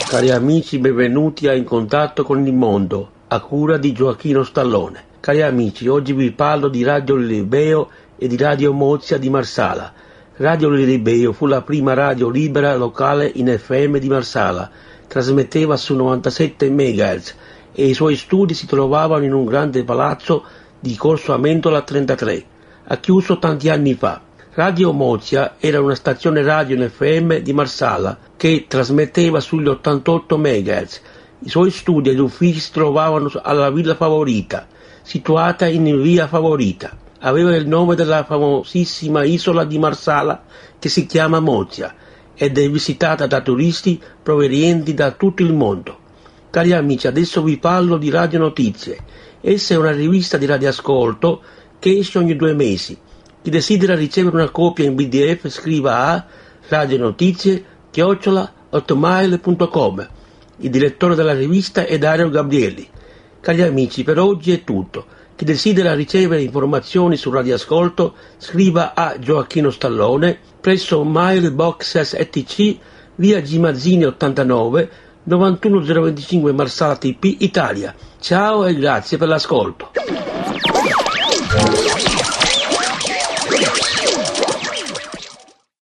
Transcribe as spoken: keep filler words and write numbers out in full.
Cari amici, benvenuti a In Contatto con il Mondo, a cura di Gioacchino Stallone. Cari amici, oggi vi parlo di Radio Lilibeo e di Radio Mozia di Marsala. Radio Lilibeo fu la prima radio libera locale in F M di Marsala, trasmetteva su novantasette megahertz e i suoi studi si trovavano in un grande palazzo di Corso Amendola trentatré, ha chiuso tanti anni fa. Radio Mozia era una stazione radio in F M di Marsala che trasmetteva sugli ottantotto megahertz. I suoi studi ed uffici si trovavano alla Villa Favorita, situata in via Favorita. Aveva il nome della famosissima isola di Marsala che si chiama Mozia ed è visitata da turisti provenienti da tutto il mondo. Cari amici, adesso vi parlo di Radio Notizie. Essa è una rivista di radioascolto che esce ogni due mesi. Chi desidera ricevere una copia in P D F scriva a radionotizie chiocciola hotmail punto com. Il direttore della rivista è Dario Gabrielli. Cari amici, per oggi è tutto. Chi desidera ricevere informazioni sul radioascolto scriva a Gioacchino Stallone presso Mailbox S T C via Gimazzini ottantanove novantuno zero venticinque Marsala T P Italia. Ciao e grazie per l'ascolto.